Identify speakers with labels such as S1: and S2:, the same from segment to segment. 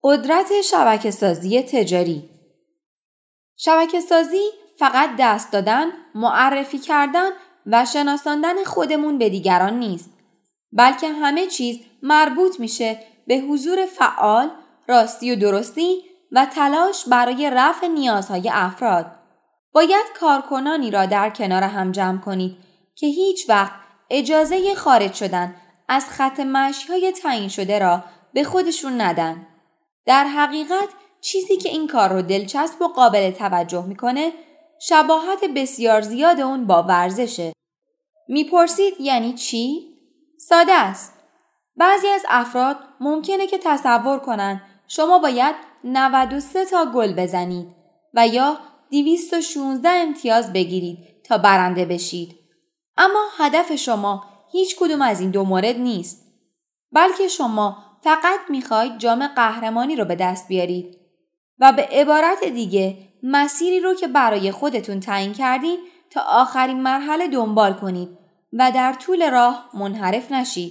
S1: قدرت شبکه‌سازی تجاری. شبکه‌سازی فقط دست دادن، معرفی کردن و شناساندن خودمون به دیگران نیست، بلکه همه چیز مربوط میشه به حضور فعال، راستی و درستی و تلاش برای رفع نیازهای افراد. باید کارکنانی را در کنار هم جمع کنید که هیچ وقت اجازه خارج شدن از خط مشی‌های تعیین شده را به خودشون ندن. در حقیقت چیزی که این کار رو دلچسب و قابل توجه میکنه شباهت بسیار زیاد اون با ورزشه. میپرسید یعنی چی؟ ساده است. بعضی از افراد ممکنه که تصور کنن شما باید 93 تا گل بزنید و یا 216 امتیاز بگیرید تا برنده بشید. اما هدف شما هیچ کدوم از این دو مورد نیست. بلکه شما فقط میخواید جام قهرمانی رو به دست بیارید و به عبارت دیگه مسیری رو که برای خودتون تعیین کردین تا آخرین مرحله دنبال کنید و در طول راه منحرف نشید.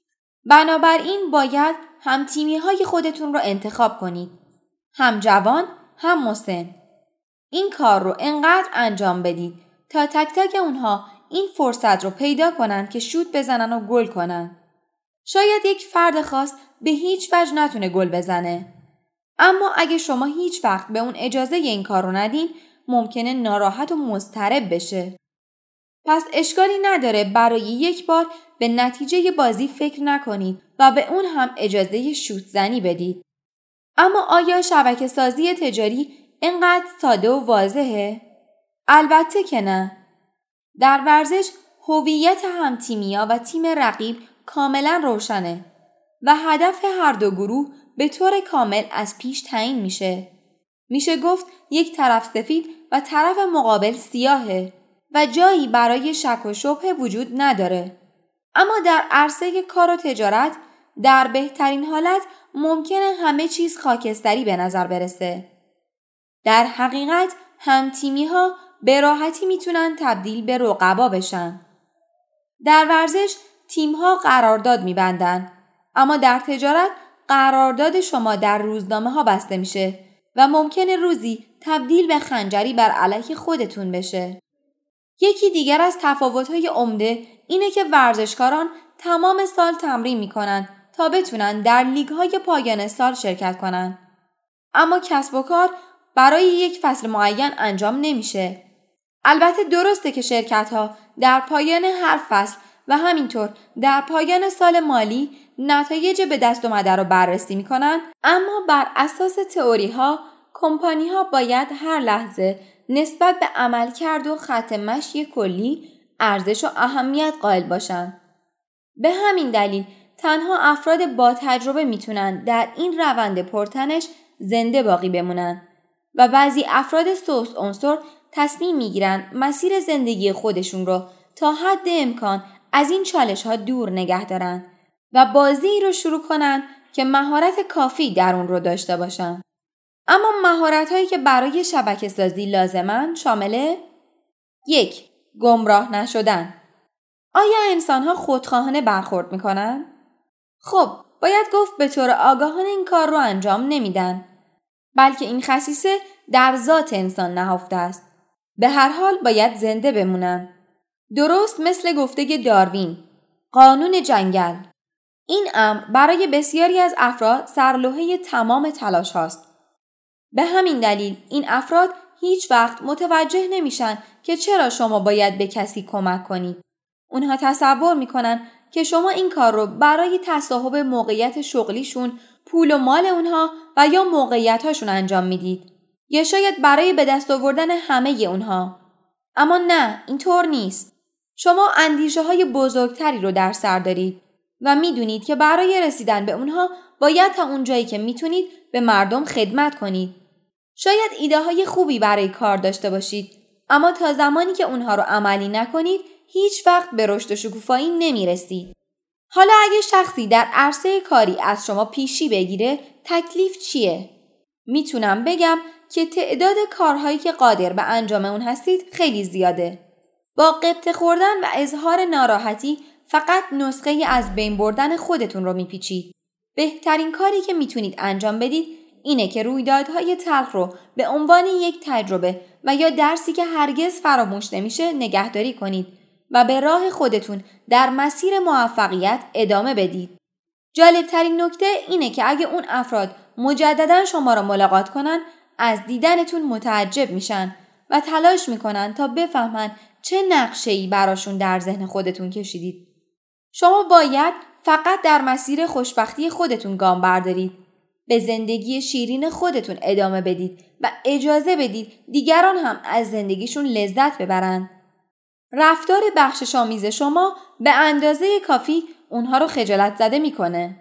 S1: بنابراین باید هم تیمی های خودتون رو انتخاب کنید. هم جوان، هم مسن. این کار رو انقدر انجام بدید تا تک تک اونها این فرصت رو پیدا کنن که شوت بزنن و گل کنن. شاید یک فرد خاص به هیچ وجه نتونه گل بزنه. اما اگه شما هیچ وقت به اون اجازه این کار رو ندین، ممکنه ناراحت و مضطرب بشه. پس اشکالی نداره برای یک بار به نتیجه بازی فکر نکنید و به اون هم اجازه شوت زنی بدید. اما آیا شبکه‌سازی تجاری اینقدر ساده و واضحه؟ البته که نه. در ورزش هویت هم‌تیمی‌ها و تیم رقیب کاملا روشنه و هدف هر دو گروه به طور کامل از پیش تعیین میشه. میشه گفت یک طرف سفید و طرف مقابل سیاهه و جایی برای شک و شبهه وجود نداره. اما در عرصه کار و تجارت در بهترین حالت ممکنه همه چیز خاکستری به نظر برسه. در حقیقت هم‌تیمی‌ها به راحتی میتونن تبدیل به رقبا بشن. در ورزش تیم‌ها قرارداد می‌بندن، اما در تجارت قرارداد شما در روزنامه‌ها بسته میشه و ممکنه روزی تبدیل به خنجری بر علیه خودتون بشه. یکی دیگر از تفاوت‌های عمده اینه که ورزشکاران تمام سال تمرین می‌کنن تا بتونن در لیگ‌های پایان سال شرکت کنن. اما کسب و کار برای یک فصل معین انجام نمیشه. البته درسته که شرکت‌ها در پایان هر فصل و همینطور در پایان سال مالی نتایج به دست اومده رو بررسی میکنن، اما بر اساس تئوری‌ها کمپانی‌ها باید هر لحظه نسبت به عملکرد و خط مشی کلی ارزش و اهمیت قائل باشن. به همین دلیل تنها افراد با تجربه میتونن در این روند پرتنش زنده باقی بمونن و بعضی افراد سست عنصر تصمیم میگیرن مسیر زندگی خودشون رو تا حد امکان از این چالش‌ها دور نگه دارن و بازی رو شروع کنن که مهارت کافی در اون رو داشته باشن. اما مهارت‌هایی که برای شبکه‌سازی لازمن شامل 1. گمراه نشدن. آیا انسان‌ها خودخواهانه برخورد می‌کنن؟ خب، باید گفت به طور آگاهانه این کار رو انجام نمیدن، بلکه این خصیصه در ذات انسان نهفته است. به هر حال باید زنده بمونن. درست مثل گفته داروین، قانون جنگل. این امر برای بسیاری از افراد سرلوحه تمام تلاش هاست. به همین دلیل این افراد هیچ وقت متوجه نمیشن که چرا شما باید به کسی کمک کنید. اونها تصور میکنن که شما این کار رو برای تصاحب موقعیت شغلیشون، پول و مال اونها و یا موقعیت‌هاشون انجام میدید. یا شاید برای به دست آوردن همه اونها. اما نه، اینطور نیست. شما اندیشه‌های بزرگتری رو در سر دارید و میدونید که برای رسیدن به اونها باید تا اونجایی که میتونید به مردم خدمت کنید. شاید ایده‌های خوبی برای کار داشته باشید، اما تا زمانی که اونها رو عملی نکنید هیچ وقت به رشد و شکوفایی نمیرسید. حالا اگه شخصی در عرصه کاری از شما پیشی بگیره، تکلیف چیه؟ میتونم بگم که تعداد کارهایی که قادر به انجام اون هستید خیلی زیاده. با غبطه خوردن و اظهار ناراحتی فقط نسخه از بین بردن خودتون رو میپیچید. بهترین کاری که میتونید انجام بدید اینه که رویدادهای تلخ رو به عنوان یک تجربه و یا درسی که هرگز فراموش نمیشه نگهداری کنید و به راه خودتون در مسیر موفقیت ادامه بدید. جالبترین نکته اینه که اگه اون افراد مجددا شما را ملاقات کنن از دیدنتون متعجب میشن و تلاش میکنن تا بفهمن چه نقشه‌ای براشون در ذهن خودتون کشیدید. شما باید فقط در مسیر خوشبختی خودتون گام بردارید. به زندگی شیرین خودتون ادامه بدید و اجازه بدید دیگران هم از زندگیشون لذت ببرن. رفتار بخشش‌آمیز شما به اندازه کافی اونها رو خجالت زده میکنه.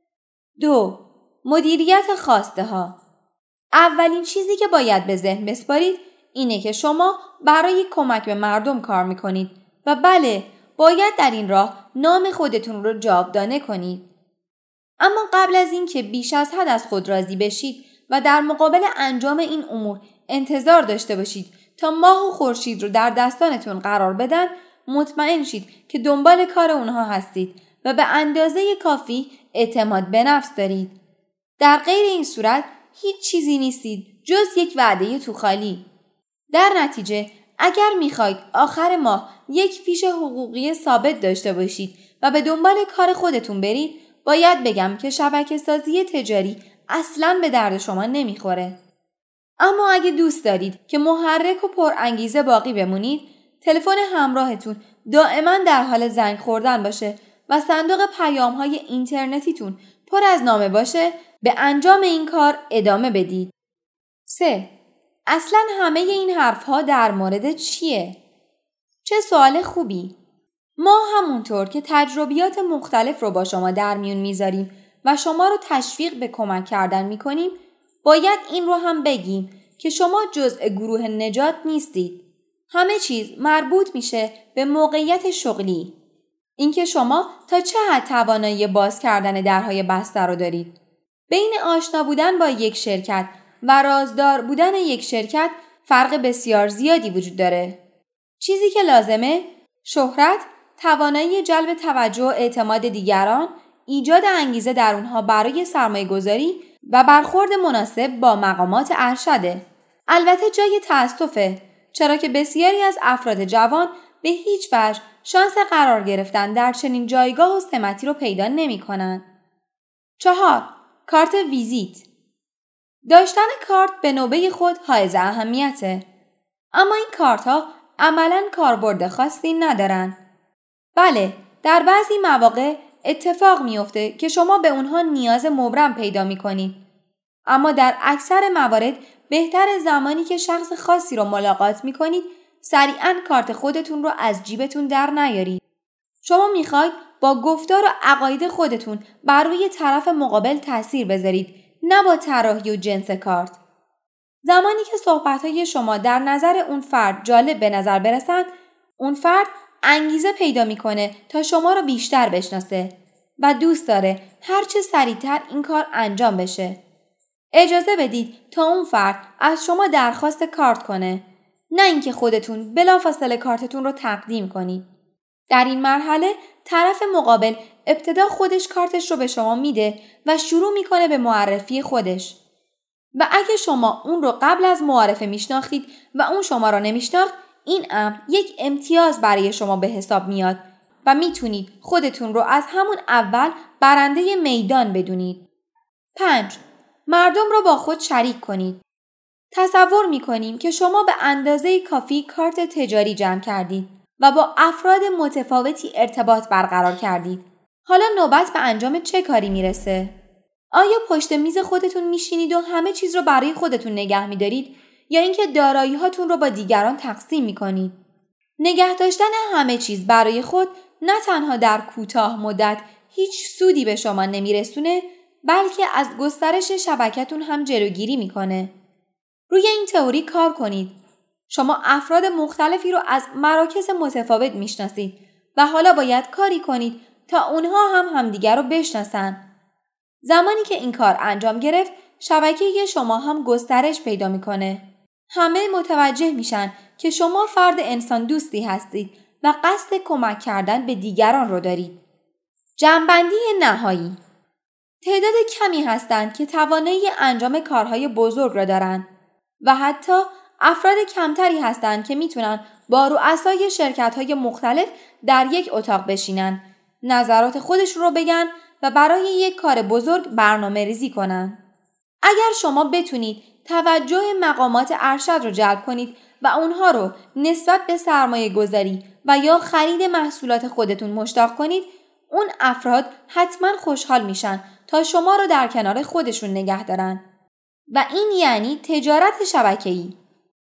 S1: 2. مدیریت خواسته ها. اولین چیزی که باید به ذهن بسپارید اینه که شما برای کمک به مردم کار میکنید و بله باید در این راه نام خودتون رو جاودانه کنید. اما قبل از این که بیش از حد از خود راضی بشید و در مقابل انجام این امور انتظار داشته باشید تا ماه و خورشید رو در دستانتون قرار بدن، مطمئن شید که دنبال کار اونها هستید و به اندازه کافی اعتماد به نفس دارید. در غیر این صورت هیچ چیزی نیستید جز یک وعده تو خالی. در نتیجه اگر میخواید آخر ماه یک فیش حقوقی ثابت داشته باشید و به دنبال کار خودتون برید، باید بگم که شبکه‌سازی تجاری اصلاً به درد شما نمیخوره. اما اگه دوست دارید که محرک و پرانگیزه باقی بمونید، تلفن همراهتون دائما در حال زنگ خوردن باشه و صندوق پیام‌های اینترنتیتون پر از نامه باشه، به انجام این کار ادامه بدید. 3. اصلاً همه این حرف‌ها در مورد چیه؟ چه سوال خوبی! ما همونطور که تجربیات مختلف رو با شما در میون میذاریم و شما رو تشویق به کمک کردن میکنیم، باید این رو هم بگیم که شما جزء گروه نجات نیستید. همه چیز مربوط میشه به موقعیت شغلی. اینکه شما تا چه حد توانایی باز کردن درهای بسته رو دارید. بین آشنا بودن با یک شرکت و رازدار بودن یک شرکت فرق بسیار زیادی وجود داره. چیزی که لازمه شهرت، توانایی جلب توجه و اعتماد دیگران، ایجاد انگیزه در اونها برای سرمایه گذاری و برخورد مناسب با مقامات ارشده. البته جای تأسفه، چرا که بسیاری از افراد جوان به هیچ وجه شانس قرار گرفتن در چنین جایگاه و سمتی رو پیدا نمی کنن. 4. کارت ویزیت. داشتن کارت به نوبه خود حائز اهمیته. اما این کارت ها عملاً کاربرد خاصی ندارن. بله، در بعضی مواقع اتفاق میفته که شما به اونها نیاز مبرم پیدا میکنید. اما در اکثر موارد بهتر زمانی که شخص خاصی رو ملاقات میکنید سریعاً کارت خودتون رو از جیبتون در نیارید. شما میخواید با گفتار و عقاید خودتون بر روی طرف مقابل تأثیر بذارید، نه با طراحی و جنس کارت. زمانی که صحبت‌های شما در نظر اون فرد جالب به نظر برسند، اون فرد انگیزه پیدا میکنه تا شما رو بیشتر بشناسه و دوست داره هرچه سریعتر این کار انجام بشه. اجازه بدید تا اون فرد از شما درخواست کارت کنه، نه اینکه خودتون بلافاصله کارتتون رو تقدیم کنید. در این مرحله طرف مقابل ابتدا خودش کارتش رو به شما میده و شروع میکنه به معرفی خودش. و اگه شما اون رو قبل از معارفه میشناختید و اون شما رو نمیشناخت، این امر یک امتیاز برای شما به حساب میاد و میتونید خودتون رو از همون اول برنده میدان بدونید. 5. مردم رو با خود شریک کنید. تصور میکنیم که شما به اندازه کافی کارت تجاری جمع کردید و با افراد متفاوتی ارتباط برقرار کردید. حالا نوبت به انجام چه کاری میرسه؟ آیا پشت میز خودتون میشینید و همه چیز رو برای خودتون نگه میدارید یا اینکه دارایی هاتون رو با دیگران تقسیم میکنید؟ نگه داشتن همه چیز برای خود نه تنها در کوتاه مدت هیچ سودی به شما نمیرسونه، بلکه از گسترش شبکتون هم جلوگیری میکنه. روی این تئوری کار کنید. شما افراد مختلفی رو از مراکز متفاوت میشناسید و حالا باید کاری کنید تا اونها هم همدیگر رو بشناسن. زمانی که این کار انجام گرفت، شبکه شما هم گسترش پیدا میکنه. همه متوجه میشن که شما فرد انسان دوستی هستید و قصد کمک کردن به دیگران رو دارید. جمع‌بندی نهایی. تعداد کمی هستند که توانایی انجام کارهای بزرگ را دارند و حتی افراد کمتری هستند که میتونن با رؤسای شرکت‌های مختلف در یک اتاق بشینن، نظرات خودشون رو بگن و برای یک کار بزرگ برنامه ریزی کنن. اگر شما بتونید توجه مقامات ارشد رو جلب کنید و اونها رو نسبت به سرمایه گذاری و یا خرید محصولات خودتون مشتاق کنید، اون افراد حتما خوشحال میشن تا شما رو در کنار خودشون نگه دارن. و این یعنی تجارت شبکه‌ای.